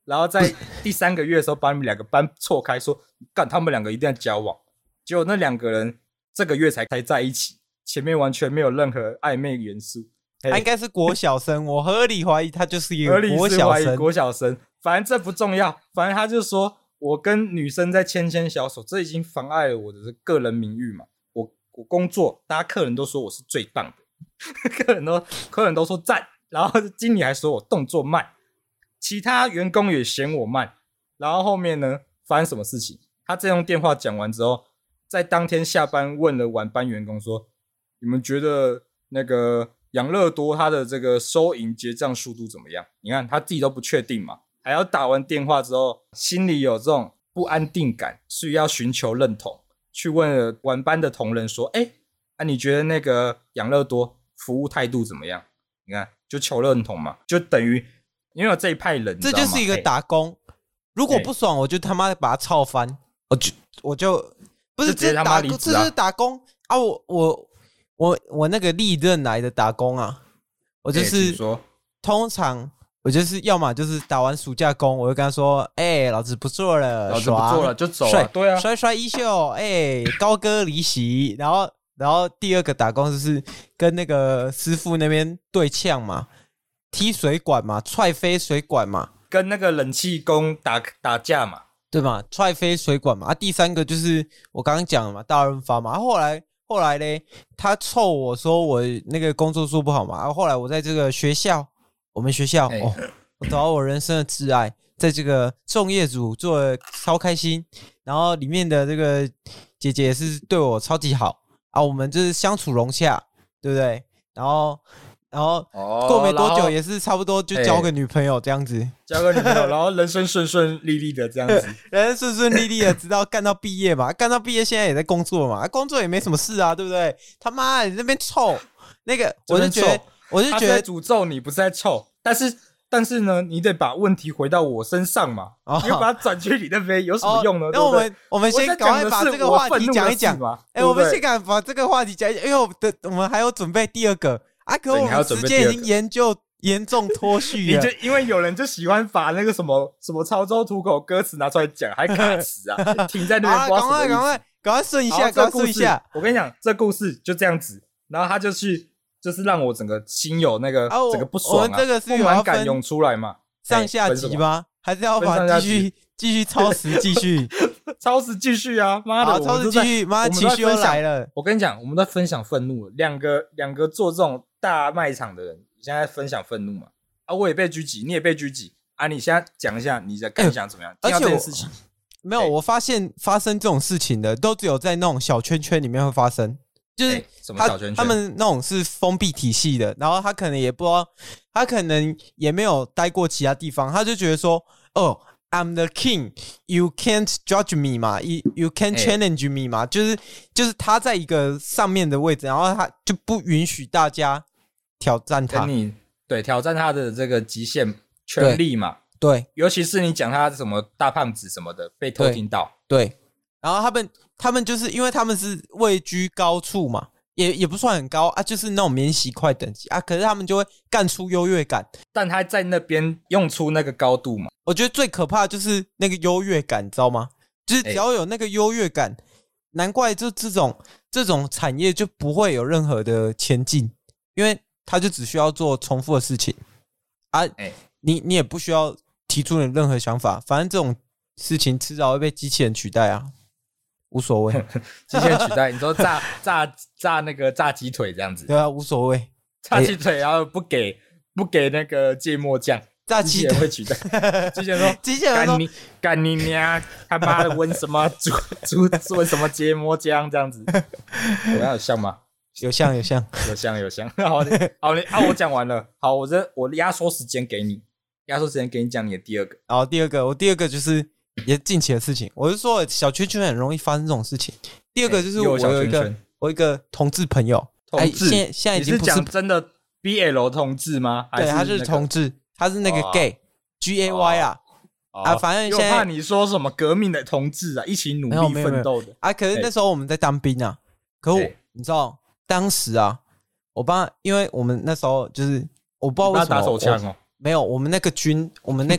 Speaker 2: 然后在第三个月的时候把你们两个班错开，说干他们两个一定要交往。结果那两个人这个月才才在一起，前面完全没有任何暧昧元素。
Speaker 1: 他应该是国小生，我合理怀疑他就是一个国小生。
Speaker 2: 合理是怀疑国小生，反正这不重要，反正他就说我跟女生在牵牵小手，这已经妨碍了我的个人名誉嘛。我我工作，大家客人都说我是最棒的，客人都客人都说赞，然后经理还说我动作慢，其他员工也嫌我慢。然后后面呢，发生什么事情？他这通电话讲完之后，在当天下班问了晚班员工说：“你们觉得那个养乐多他的这个收银结账速度怎么样？”你看他自己都不确定嘛，还要打完电话之后，心里有这种不安定感，需要寻求认同，去问了晚班的同仁说：“哎，啊，你觉得那个养乐多服务态度怎么样？”你看，就求认同嘛，就等于因为有这一派人，
Speaker 1: 这就是一个打工。如果不爽，我就他妈把他操翻，我就我就不是
Speaker 2: 直接他妈离职啊！
Speaker 1: 这是打工啊！我我我我那个历任来的打工啊，我就是
Speaker 2: 说，
Speaker 1: 通常我就是要么就是打完暑假工，我就跟他说：“哎、欸，老子不做了，
Speaker 2: 老子不做了就走了。”对啊，
Speaker 1: 甩甩衣袖，哎、欸，高歌离席。然后然后第二个打工就是跟那个师傅那边对呛嘛，踢水管嘛，踹飞水管嘛。
Speaker 2: 跟那个冷气工打打架嘛，
Speaker 1: 对嘛？踹飞水管嘛。啊，第三个就是我刚刚讲的嘛，大润发嘛。啊、后来后来嘞，他臭我说我那个工作做不好嘛。啊，后来我在这个学校，我们学校、欸、哦，我找到我人生的挚爱，在这个众业组做得超开心。然后里面的这个姐姐也是对我超级好啊，我们就是相处融洽，对不对？然后。然后过没多久也是差不多就交个女朋友这样子，欸、
Speaker 2: 交个女朋友，然后人生顺顺利利的这样子，
Speaker 1: 人生顺顺利利的，直到干到毕业嘛，干到毕业现在也在工作嘛，工作也没什么事啊，对不对？他妈的，你那边臭，那个我就觉得，我就觉得
Speaker 2: 他在诅咒你，不是在臭，但是但是呢，你得把问题回到我身上嘛，哦、你把它转去你那边有什么用呢？
Speaker 1: 哦、那我们我们先赶快把这个话题讲一讲嘛，哎、欸，我们先赶快把这个话题讲一讲，因为我的我们还有准备第二个。啊！可我们时间已经研究严重脱序了，
Speaker 2: 你就因为有人就喜欢把那个什么什么潮州土口歌词拿出来讲，还卡词啊，停在那边。
Speaker 1: 赶快赶快赶快顺一下，赶快顺一下。
Speaker 2: 我跟你讲，这故事就这样子，然后他就去，就是让我整个心有那个、啊、整个不爽、啊，
Speaker 1: 我们这个是
Speaker 2: 不满感涌出来嘛？
Speaker 1: 上下集吗？还是要把继续继续超时继续
Speaker 2: 超时继续啊！妈的，
Speaker 1: 超时继续，妈的情绪又来了。
Speaker 2: 我跟你讲，我们在分享愤怒了，两个两个做这种大卖场的人，你现在分享愤怒嘛？啊，我也被狙击，你也被狙击啊！你现在讲一下你的感想怎么样？
Speaker 1: 而且
Speaker 2: 这件事情
Speaker 1: 没有，我发现发生这种事情的，都只有在那种小圈圈里面会发生。就是他、欸、
Speaker 2: 什么小圈圈？
Speaker 1: 他们那种是封闭体系的，然后他可能也不知道，他可能也没有待过其他地方，他就觉得说，哦 ，I'm the king, you can't judge me 嘛 ，you you can't challenge me 嘛，欸、就是就是他在一个上面的位置，然后他就不允许大家挑战他，
Speaker 2: 跟你对挑战他的这个极限权利嘛，
Speaker 1: 对，对
Speaker 2: 尤其是你讲他什么大胖子什么的被偷听到，
Speaker 1: 对，对然后他们。他们就是因为他们是位居高处嘛，也也不算很高啊，就是那种免洗块等级啊，可是他们就会干出优越感，
Speaker 2: 但他在那边用出那个高度嘛。
Speaker 1: 我觉得最可怕的就是那个优越感，你知道吗？就是只要有那个优越感，欸、难怪就这种这种产业就不会有任何的前进，因为他就只需要做重复的事情啊，欸、你你也不需要提出你任何想法，反正这种事情迟早会被机器人取代啊。无所谓，
Speaker 2: 机器人取代你说炸炸炸那个炸鸡腿这样子，
Speaker 1: 对啊，无所谓，
Speaker 2: 炸鸡腿然后不给、欸、不给那个芥末酱，
Speaker 1: 炸鸡
Speaker 2: 腿会取代。机器人说，
Speaker 1: 机器人说，
Speaker 2: 干你娘，他妈的闻什么猪猪闻什么芥末酱这样子，我刚有像吗？
Speaker 1: 有像有像
Speaker 2: 有像有像，好好啊，我讲完了，好，我这我压缩时间给你，压缩时间给你讲你的第二个，
Speaker 1: 好，第二个我第二个就是。也是近期的事情，我是说小圈圈很容易发生这种事情。第二个就是我有一个、欸、有我一个同志朋友，
Speaker 2: 同志，
Speaker 1: 哎、现, 现在已经不是
Speaker 2: 讲真的 B L 同志吗？
Speaker 1: 对，他是同志，他是那个 gay、oh, G A Y 啊、oh, 啊，反正现在
Speaker 2: 又怕你说什么革命的同志啊，一起努力奋斗的
Speaker 1: 啊。可是那时候我们在当兵啊，可我、欸、你知道当时啊，我帮，因为我们那时候就是我不知道为什么
Speaker 2: 打手枪哦，
Speaker 1: 没有，我们那个军，我们那个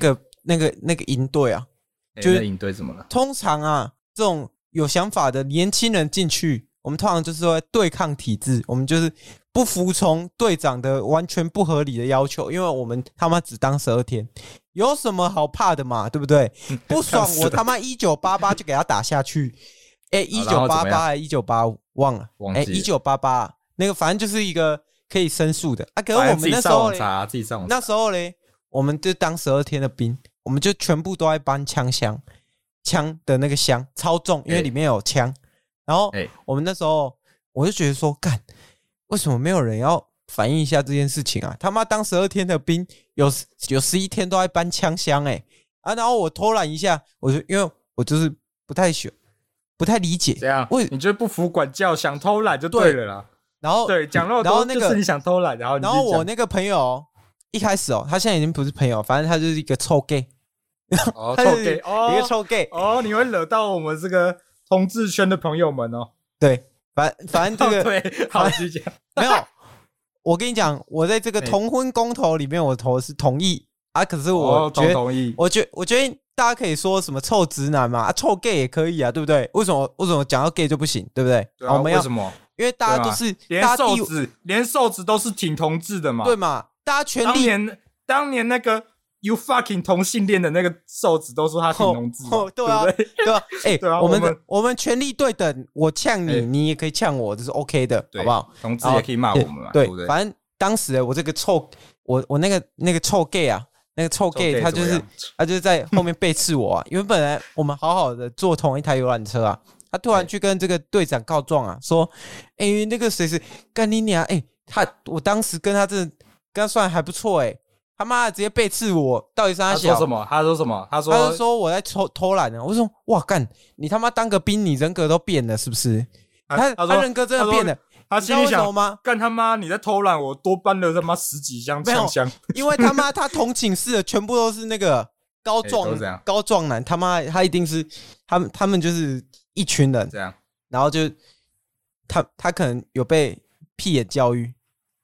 Speaker 1: 那个那个营队啊，
Speaker 2: 就是营队怎么了？
Speaker 1: 通常啊，这种有想法的年轻人进去，我们通常就是会对抗体制，我们就是不服从队长的完全不合理的要求，因为我们他妈只当十二天，有什么好怕的嘛，对不对？不爽我他妈一九八八就给他打下去，哎，一九八八还一九八五忘了，哎，一九八八那个反正就是一个可以申诉的啊。可是我们那时候
Speaker 2: 查自己上网查，
Speaker 1: 那时候嘞，我们就当十二天的兵，我们就全部都在搬枪箱，枪的那个箱超重，因为里面有枪。然后我们那时候我就觉得说，干，为什么没有人要反映一下这件事情啊？他妈当十二天的兵，有有十一天都在搬枪箱哎、欸、啊！然后我偷懒一下，我就因为我就是不太喜不太理解，
Speaker 2: 这样你就不服管教，想偷懒就对了啦。
Speaker 1: 然后
Speaker 2: 对讲那么多，就是你想偷懒，然后
Speaker 1: 然后我那个朋友一开始哦，他现在已经不是朋友，反正他就是一个臭 gay，
Speaker 2: 哦，臭 gay，
Speaker 1: 哦，一个臭 gay，
Speaker 2: 哦，你会惹到我们这个同志圈的朋友们哦。
Speaker 1: 对，反反正这个、
Speaker 2: 哦、对，好继续讲，
Speaker 1: 没有。我跟你讲，我在这个同婚公投里面，我投的是同意啊。可是我觉得，
Speaker 2: 哦、同意
Speaker 1: 我觉我觉得大家可以说什么臭直男嘛，啊，臭 gay 也可以啊，对不对？为什么为什么讲到 gay 就不行，对不对？
Speaker 2: 对啊，
Speaker 1: 我们要
Speaker 2: 为什么？
Speaker 1: 因为大家都是，
Speaker 2: 连瘦子，连瘦子都是挺同志的嘛，
Speaker 1: 对嘛？大家权利。
Speaker 2: 当年当年那个 you fucking 同性恋的那个瘦子都说他挺同志、
Speaker 1: 哦哦，对啊，
Speaker 2: 对不对？
Speaker 1: 对啊，哎、欸，
Speaker 2: 对啊，
Speaker 1: 我们
Speaker 2: 我们
Speaker 1: 我们权利对等，我呛你、欸，你也可以呛我，这是 OK 的，好不好？
Speaker 2: 同志也可以骂我们嘛，
Speaker 1: 对
Speaker 2: 不对？
Speaker 1: 反正当时我这个臭，我我那个那个臭 gay 啊，那个臭 gay， 他就是他就是在后面背刺我啊，因为本来我们好好的坐同一台游览车啊。他突然去跟这个队长告状啊，说：“哎、欸，那个谁谁干你娘！哎、欸，他我当时跟他真的跟他算还不错哎、欸，他妈的直接背刺我，到底是他小？
Speaker 2: 他说什么？他说什么？他说
Speaker 1: 他就说我在偷偷懒呢。我说哇干，你他妈当个兵，你人格都变了是不是？他 他, 他人格真的变了。
Speaker 2: 他心里想
Speaker 1: 吗？
Speaker 2: 干他妈你在偷懒，我多搬了他妈十几箱枪箱，
Speaker 1: 因为他妈他同寝室的全部都是那个高壮、欸、高壮男，他妈他一定是他们他们就是。”一群人
Speaker 2: 这样，
Speaker 1: 然后就他他可能有被屁眼教育，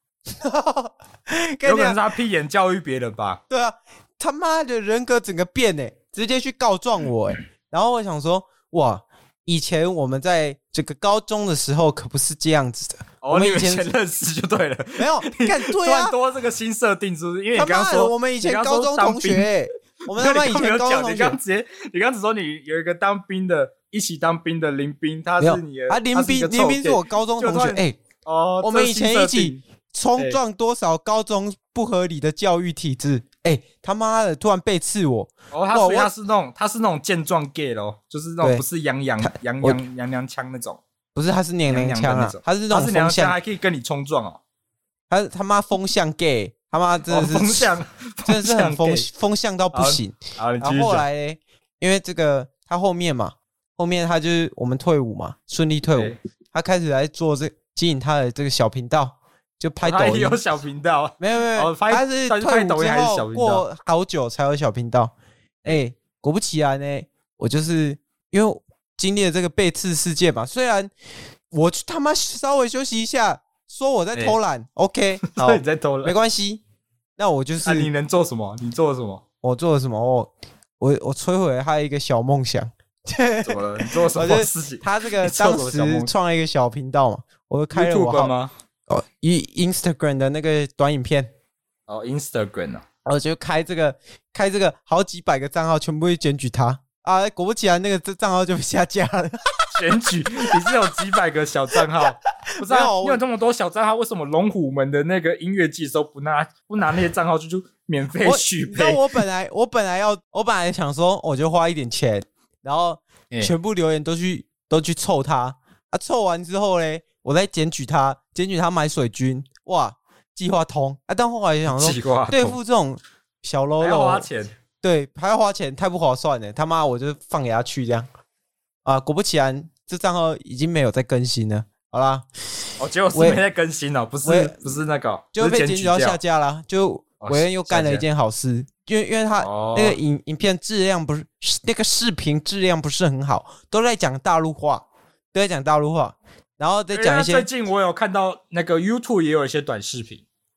Speaker 2: 有可能是他屁眼教育别人吧？
Speaker 1: 对啊，他妈的人格整个变哎、欸，直接去告状我哎、欸。然后我想说，哇，以前我们在这个高中的时候可不是这样子的。
Speaker 2: 哦，
Speaker 1: 我们
Speaker 2: 以前认识就对了，
Speaker 1: 没有看对啊，
Speaker 2: 多这个新设定是不是？因为你刚刚说
Speaker 1: 我们以前高中同学、欸，我们他妈以前高中同学，
Speaker 2: 你刚直接，你刚只说你有一个当兵的。一起当兵的林兵，他是你的，
Speaker 1: 啊，林兵，林兵是我高中同学，哎、欸，
Speaker 2: 哦，
Speaker 1: 我们以前一起冲撞多少高中不合理的教育体制，哎、欸，他妈的，突然被刺我，
Speaker 2: 哦，他所以他是那种，他是那种健壮 gay 咯，就是那种不是洋洋洋洋洋洋枪那种，
Speaker 1: 不是，他是娘娘腔啊，他是那种
Speaker 2: 风向，还可以跟你冲撞哦，
Speaker 1: 他他妈风向 gay， 他妈真的是、
Speaker 2: 哦、风向，
Speaker 1: 真的是很风风向到不行，
Speaker 2: 好，
Speaker 1: 然后后来呢，因为这个他后面嘛。后面他就是我们退伍嘛，顺利退伍，他开始来做这经营他的这个小频道，就拍抖音。
Speaker 2: 他也有小频道，
Speaker 1: 没有没有，哦、他是退伍之后过好久才有小频道。哎、欸，果不其然呢，我就是因为经历了这个被刺事件嘛，虽然我他妈稍微休息一下，说我在偷懒、欸、，OK， 好，
Speaker 2: 你在偷懒，
Speaker 1: 没关系。那我就是、
Speaker 2: 啊，你能做什么？你做了什么？
Speaker 1: 我做了什么？我我我摧毁了他一个小梦想。
Speaker 2: 怎么了？你做什么事情？
Speaker 1: 他这个当时创了一个小频道嘛，我就开了我好
Speaker 2: 吗？
Speaker 1: 哦，一 Instagram 的那个短影片
Speaker 2: 哦 ，Instagram 啊，
Speaker 1: 我就开这个开这个好几百个账号，全部会检举他啊！果不其然，那个这账号就被下架了。
Speaker 2: 检举？你是有几百个小账号？不是啊，你有这么多小账号，为什么龙虎门的那个音乐季的时候不拿不拿那些账号去就免费续配？
Speaker 1: 那我本来我本来要我本来想说，我就花一点钱。然后全部留言都去、欸、都去凑他啊！凑完之后嘞，我再检举他，检举他买水军，哇，计划通啊！但后来想说，对付这种小喽啰，还
Speaker 2: 要花钱，
Speaker 1: 对，还要花钱，太不划算了。他妈，我就放给他去这样啊！果不其然，这账号已经没有再更新了。好啦，
Speaker 2: 哦，结果是没在更新了，不是不是那个，
Speaker 1: 就被检举到下架了。就韦恩又干了一件好事。因为因为他那个影、哦、影片质量不是那个视频质量不是很好，都在讲大陆话，都在讲大陆话，然后再讲一些。
Speaker 2: 最近我有看到那个 YouTube 也有一些短视频，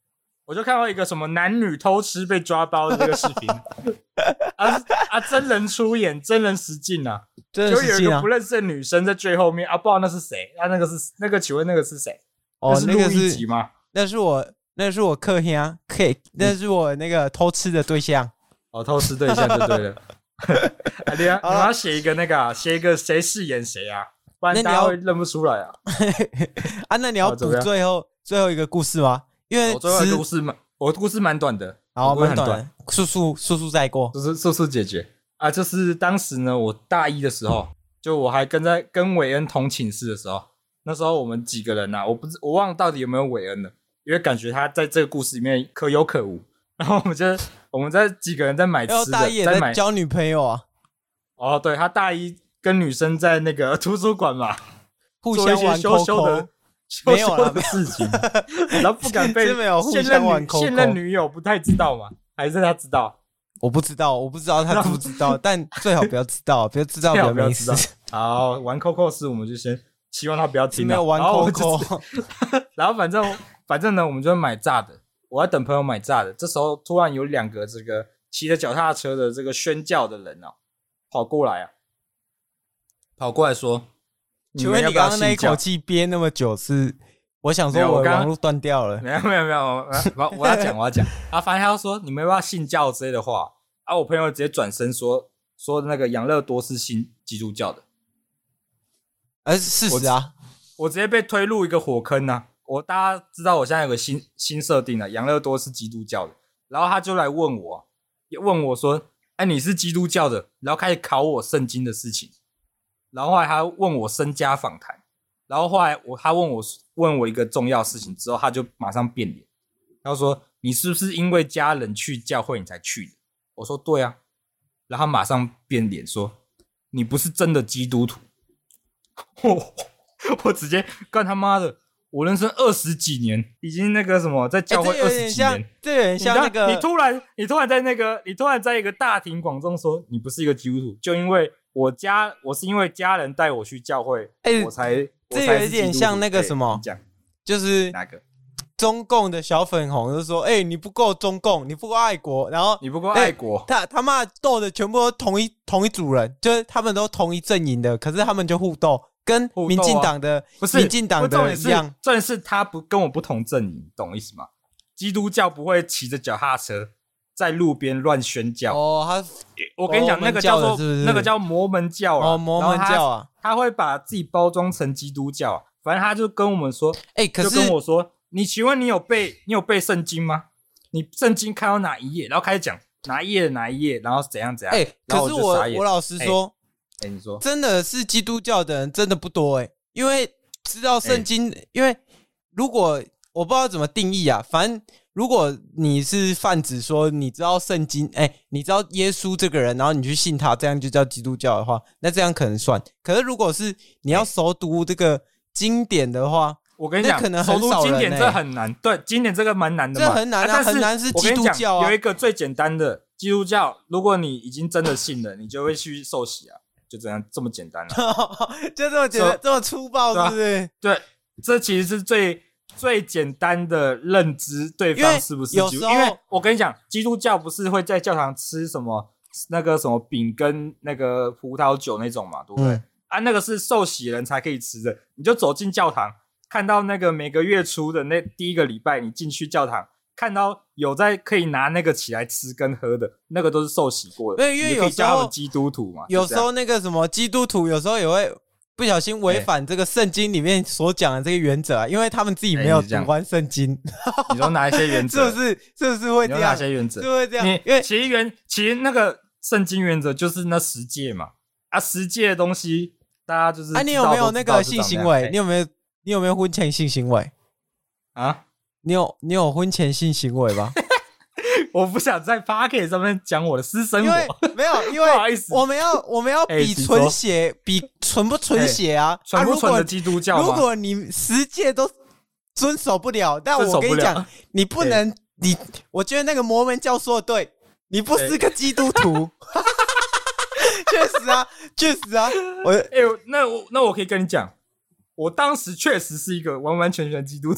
Speaker 2: 我就看到一个什么男女偷吃被抓包的这个视频，啊啊，真人出演，真人实境啊，
Speaker 1: 真人实境啊，
Speaker 2: 就有一个不认识的女生在最后面啊，不知道那是谁，啊，那个是那个，请问那个是谁？
Speaker 1: 哦，
Speaker 2: 那是陆一吉吗？
Speaker 1: 那是我，那是我客兄，可以，那是我那个偷吃的对象。
Speaker 2: 哦，偷吃对象就对了。啊，你要你要写一个那个、啊，写一个谁饰演谁啊，不然大家会认不出来啊。
Speaker 1: 啊，那你要补最后最后一个故事吗？因为、
Speaker 2: 哦、最后一个故事蛮，我的故事蛮短的，
Speaker 1: 然后蛮短的，速速速速再过，
Speaker 2: 就是速速解决啊。就是当时呢，我大一的时候，就我还跟在跟韦恩同寝室的时候，那时候我们几个人啊，我不知我忘了到底有没有韦恩了，因为感觉他在这个故事里面可有可无。然后我们就我们在几个人在买吃的，
Speaker 1: 大一也在买交女朋友啊。
Speaker 2: 哦，对，他大一跟女生在那个图书馆嘛，
Speaker 1: 互相玩
Speaker 2: 羞羞的。
Speaker 1: 没有
Speaker 2: 的事情，然后不敢被现任女现任女友不太知道吗？还是他知道？
Speaker 1: 我不知道，我不知道他知不知道，但最好不要知道，不要知道，
Speaker 2: 不要知道。好，玩 Coco 事我们就先希望他不要听。
Speaker 1: 没有玩 Coco，
Speaker 2: 然后反正反正呢，我们就买炸的，我在等朋友买炸的。这时候突然有两个这个骑着脚踏车的这个宣教的人啊，跑过来啊，跑过来说。
Speaker 1: 请问你刚刚那一口气憋那么久是？我想说我网络断掉了。
Speaker 2: 没有没有没有，我我要讲我要讲。啊，反正他说你们要不要信教之类的话啊，我朋友直接转身说说那个养乐多是信基督教的，
Speaker 1: 而、呃、是事实啊
Speaker 2: 我。我直接被推入一个火坑啊！我大家知道我现在有个新新设定了，养乐多是基督教的，然后他就来问我，问我说：“哎，你是基督教的？”然后开始考我圣经的事情。然后后来他问我身家访谈，然后后来我他问我问我一个重要事情之后，他就马上变脸，他说你是不是因为家人去教会你才去的？我说对啊，然后他马上变脸说你不是真的基督徒。我, 我直接干他妈的，我人生二十几年，已经那个什么在教会二十几年，
Speaker 1: 欸、这有点像那个
Speaker 2: 你突然你突然在那个你突然在一个大庭广众说你不是一个基督徒，就因为我家我是因为家人带我去教会，欸、我才我才
Speaker 1: 这有点像那个什么，
Speaker 2: 欸、
Speaker 1: 就是
Speaker 2: 哪个
Speaker 1: 中共的小粉红，就说：“哎、欸，你不够中共，你不够爱国，然后
Speaker 2: 你不够爱国。
Speaker 1: 欸”他他妈斗的全部都同一同一组人，就是他们都同一阵营的，可是他们就互斗，跟民进党的、啊、
Speaker 2: 不是
Speaker 1: 民进党的一样。
Speaker 2: 重点是他不跟我不同阵营，懂意思吗？基督教不会骑着脚踏车在路边乱宣教
Speaker 1: 哦，他
Speaker 2: 我跟你讲，那个叫做
Speaker 1: 是是
Speaker 2: 那个叫摩门教啊，
Speaker 1: 哦，摩门教啊
Speaker 2: 他，他会把自己包装成基督教、啊，反正他就跟我们说，
Speaker 1: 哎、欸，可是
Speaker 2: 就跟我说，你请问你有背你有背圣经吗？你圣经看到哪一页，然后开始讲哪一页哪一页，然后怎样怎样。
Speaker 1: 哎、欸，可是我我老实说，
Speaker 2: 哎、欸欸，你说
Speaker 1: 真的是基督教的人真的不多哎、欸，因为知道圣经、欸，因为如果我不知道怎么定义啊，反正。如果你是泛指说你知道圣经，哎、欸，你知道耶稣这个人，然后你去信他，这样就叫基督教的话，那这样可能算。可是如果是你要熟读这个经典的话，
Speaker 2: 我跟你讲，
Speaker 1: 可能很少人、欸、
Speaker 2: 熟读经典这很难。对，经典这个蛮难的嘛，
Speaker 1: 这很难啊，
Speaker 2: 啊但是
Speaker 1: 很难是基督教啊。
Speaker 2: 有一个最简单的基督教，如果你已经真的信了，你就会去受洗啊，就这样这么简单了、啊，
Speaker 1: 就这么简单， so, 这么粗暴，是不是？
Speaker 2: 对，这其实是最。最简单的认知对方是不是基督教，因为我跟你讲，基督教不是会在教堂吃什么那个什么饼跟那个葡萄酒那种嘛，对不对？嗯、啊，那个是受洗人才可以吃的。你就走进教堂，看到那个每个月初的那第一个礼拜，你进去教堂，看到有在可以拿那个起来吃跟喝的，那个都是受洗过的。
Speaker 1: 对，因为有时候
Speaker 2: 基督徒嘛，
Speaker 1: 有时候那个什么基督徒有时候也会。不小心违反这个圣经里面所讲的这个原则啊，因为他们自己没有读完圣经。
Speaker 2: 你说哪一些原则？
Speaker 1: 是不是？是不是会这样？
Speaker 2: 有哪些原则？
Speaker 1: 是会这样？
Speaker 2: 因为其实原其实那个圣经原则就是那十诫嘛。啊，十诫的东西大家就是
Speaker 1: 啊，你有没有那个性行为？你有没有？你有没有婚前性行为？
Speaker 2: 啊？
Speaker 1: 你有你有婚前性行为吧？
Speaker 2: 我不想在 Podcast 上面讲我的私生活，
Speaker 1: 因为没有，因为
Speaker 2: 不好意思，
Speaker 1: 我们要我们要比纯血，欸、比纯不纯血啊，
Speaker 2: 纯、欸、不纯的基督教吗、
Speaker 1: 啊、如果你十诫都遵守不了，但我跟你讲，你不能，欸、你我觉得那个摩门教说的对，你不是个基督徒，确、欸、实啊，确实啊，我
Speaker 2: 哎、欸，那我那我可以跟你讲，我当时确实是一个完完全全的基督徒。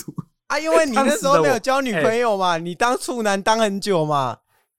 Speaker 1: 啊，因为你那时候没有交女朋友嘛，欸、你当处男当很久嘛。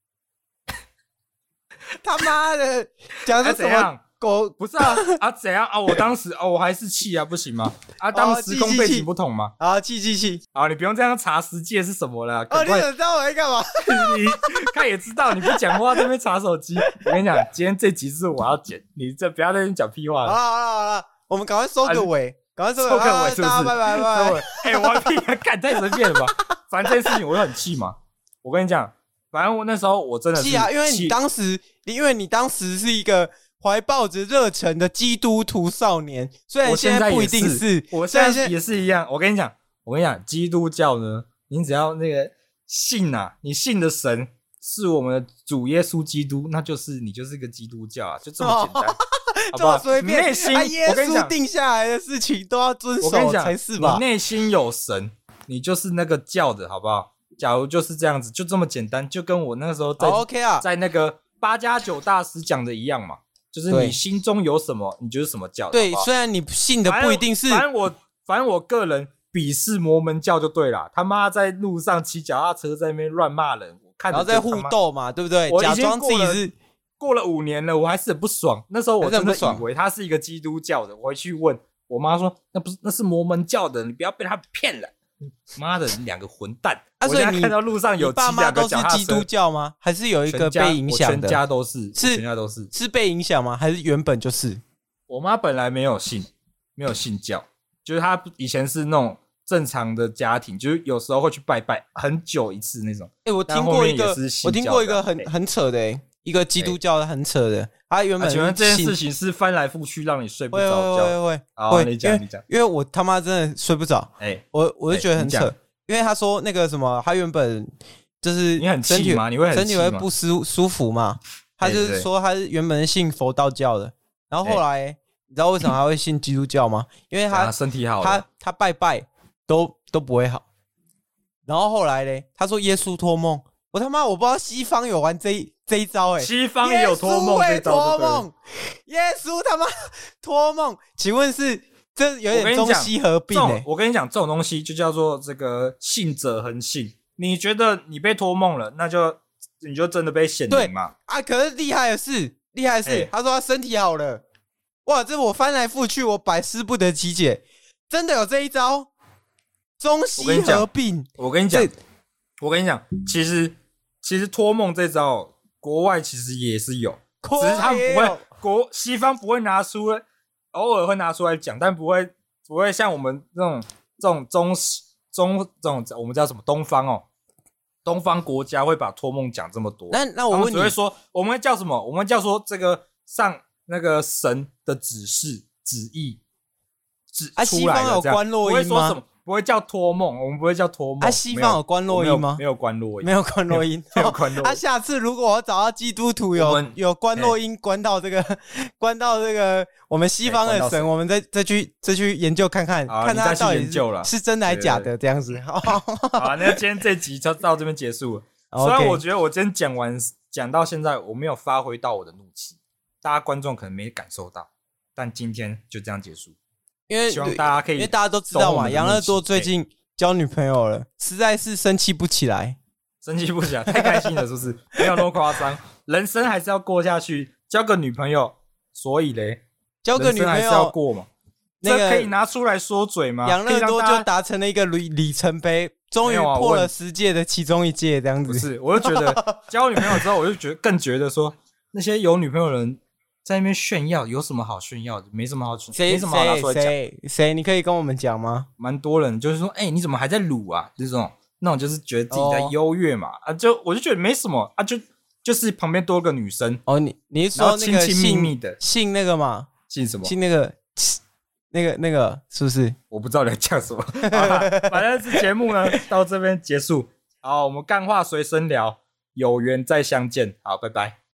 Speaker 1: 他妈的，讲的什么狗？
Speaker 2: 不是啊啊怎样啊？我当时哦，我还是气啊，不行吗？啊，当时空背景不同嘛。
Speaker 1: 啊，气气气！
Speaker 2: 啊，你不用这样查实际是什么了。
Speaker 1: 哦，你怎么知道我在干嘛？
Speaker 2: 你看也知道，你不讲话这边查手机。我跟你讲，今天这集是我要剪，你这不要在那边讲屁话了。
Speaker 1: 好了好了好了，我们赶快收个尾。啊赶快收
Speaker 2: 个尾，是不是？
Speaker 1: 拜拜拜拜！
Speaker 2: 哎、欸，我屁啊，干太随便了吧？反正这件事情我就很气嘛。我跟你讲，反正我那时候我真的是
Speaker 1: 气啊，因为你当时，因为你当时是一个怀抱着热忱的基督徒少年，虽然现在不一定是，
Speaker 2: 我现在也是一样。我跟你讲，我跟你讲，基督教呢，你只要那个信啊，你信的神是我们的主耶稣基督，那就是你就是个基督教啊，就这么简单。哦
Speaker 1: 这么随便，
Speaker 2: 内心、
Speaker 1: 啊、耶稣定下来的事情都要遵守才是吧？
Speaker 2: 你内心有神，你就是那个教的，好不好？假如就是这样子，就这么简单，就跟我那个时候在、
Speaker 1: oh, OK 啊，
Speaker 2: 在那个八加九大师讲的一样嘛，就是你心中有什么，你就是什么教的。
Speaker 1: 对，
Speaker 2: 好不好
Speaker 1: 虽然你信的不一定是，
Speaker 2: 反正我反正我个人鄙视摩门教就对了。他妈在路上骑脚踏车在那边乱骂人，我看着
Speaker 1: 然后在互斗嘛，对不对？假装自己是。
Speaker 2: 过了五年了，我还是很不爽。那时候我真的以为他是一个基督教的，我回去问我妈说：“那不是，那是摩门教的，你不要被他骗了。”妈的，你两个混蛋！
Speaker 1: 啊，所以
Speaker 2: 你看到路上有
Speaker 1: 爸妈都是基督教吗？还是有一个被影响的？
Speaker 2: 全家都是，
Speaker 1: 是
Speaker 2: 全家都是，
Speaker 1: 是被影响吗？还是原本就是？
Speaker 2: 我妈本来没有信，没有信教，就是她以前是那种正常的家庭，就是有时候会去拜拜，很久一次那种。
Speaker 1: 哎、欸，我听过一个，我听过一个很很扯的、欸。一个基督教的很扯的，他原本、啊、
Speaker 2: 请问这件事情是翻来覆去让你睡不着觉？
Speaker 1: 会会会
Speaker 2: 会，你讲你讲，
Speaker 1: 因为我他妈真的睡不着，哎、欸，我我就觉得很扯，欸、因为他说那个什么，他原本就是
Speaker 2: 你很气吗？你会很
Speaker 1: 身体会不舒舒服嘛？他就是说他是原本是信佛道教的，然后后来、欸、你知道为什么他会信基督教吗？因为他
Speaker 2: 身体好，
Speaker 1: 他他拜拜都都不会好，然后后来嘞，他说耶稣托梦。我他妈我不知道西方有玩这一这一招哎、欸，
Speaker 2: 西方也有托梦这招，
Speaker 1: 托梦，耶稣他妈托梦，请问是这有点中西合并哎、欸？
Speaker 2: 我跟你讲，这种东西就叫做这个信者恒信。你觉得你被托梦了，那就你就真的被显灵嘛？
Speaker 1: 啊，可是厉害的是，厉害的是，欸、他说他身体好了，哇，这我翻来覆去，我百思不得其解，真的有这一招，中西合并。
Speaker 2: 我跟你讲，我跟你讲，其实。其实托梦这招，国外其实也是有，只是他们不会，国西方不会拿出，偶尔会拿出来讲，但不会不会像我们这种这种中中这种我们叫什么东方哦，东方国家会把托梦讲这么多。
Speaker 1: 那那我问你，
Speaker 2: 只会说我们叫什么？我们叫说这个上那个神的指示旨意指
Speaker 1: 啊，西方有观落阴吗？
Speaker 2: 不会叫托梦，我们不会叫托梦。
Speaker 1: 啊，西方有观落阴吗？
Speaker 2: 没有观落阴，
Speaker 1: 没有观落阴，
Speaker 2: 没有观落阴。
Speaker 1: 啊，下次如果我找到基督徒有有观落阴，关到这个，关到这个我们西方的神，我们再再去再去研究看看，看他到底是是真的还是假的，这样子。好，
Speaker 2: 好，那今天这集就到这边结束了。虽然我觉得我今天讲完讲到现在，我没有发挥到我的怒气，大家观众可能没感受到，但今天就这样结束。
Speaker 1: 因为
Speaker 2: 希望大家可以，
Speaker 1: 因为大家都知道嘛，杨乐多最近交女朋友了，实在是生气不起来，
Speaker 2: 生气不起来，太开心了，是不是？没有那么夸张，人生还是要过下去，交个女朋友，所以嘞，
Speaker 1: 交个女朋友
Speaker 2: 还是要过嘛，那个、这可以拿出来说嘴吗？
Speaker 1: 杨乐多就达成了一个里里程碑，终于破了十届的其中一届，这样子。
Speaker 2: 不是，我就觉得交女朋友之后，我就觉得更觉得说，那些有女朋友的人。在那边炫耀有什么好炫耀的？没什么好，没什么好拿出来讲。
Speaker 1: 谁谁？你可以跟我们讲吗？
Speaker 2: 蛮多人就是说，哎、欸，你怎么还在撸啊？这种那种就是觉得自己在优越嘛、哦、啊，就我就觉得没什么啊，就就是旁边多个女生
Speaker 1: 哦，你你是说那个
Speaker 2: 亲亲密密的
Speaker 1: 信那个吗？
Speaker 2: 信什么？
Speaker 1: 信那个那个那个是不是？
Speaker 2: 我不知道你在讲什么。反正是节目呢到这边结束。好，我们干话随身聊，有缘再相见。好，拜拜。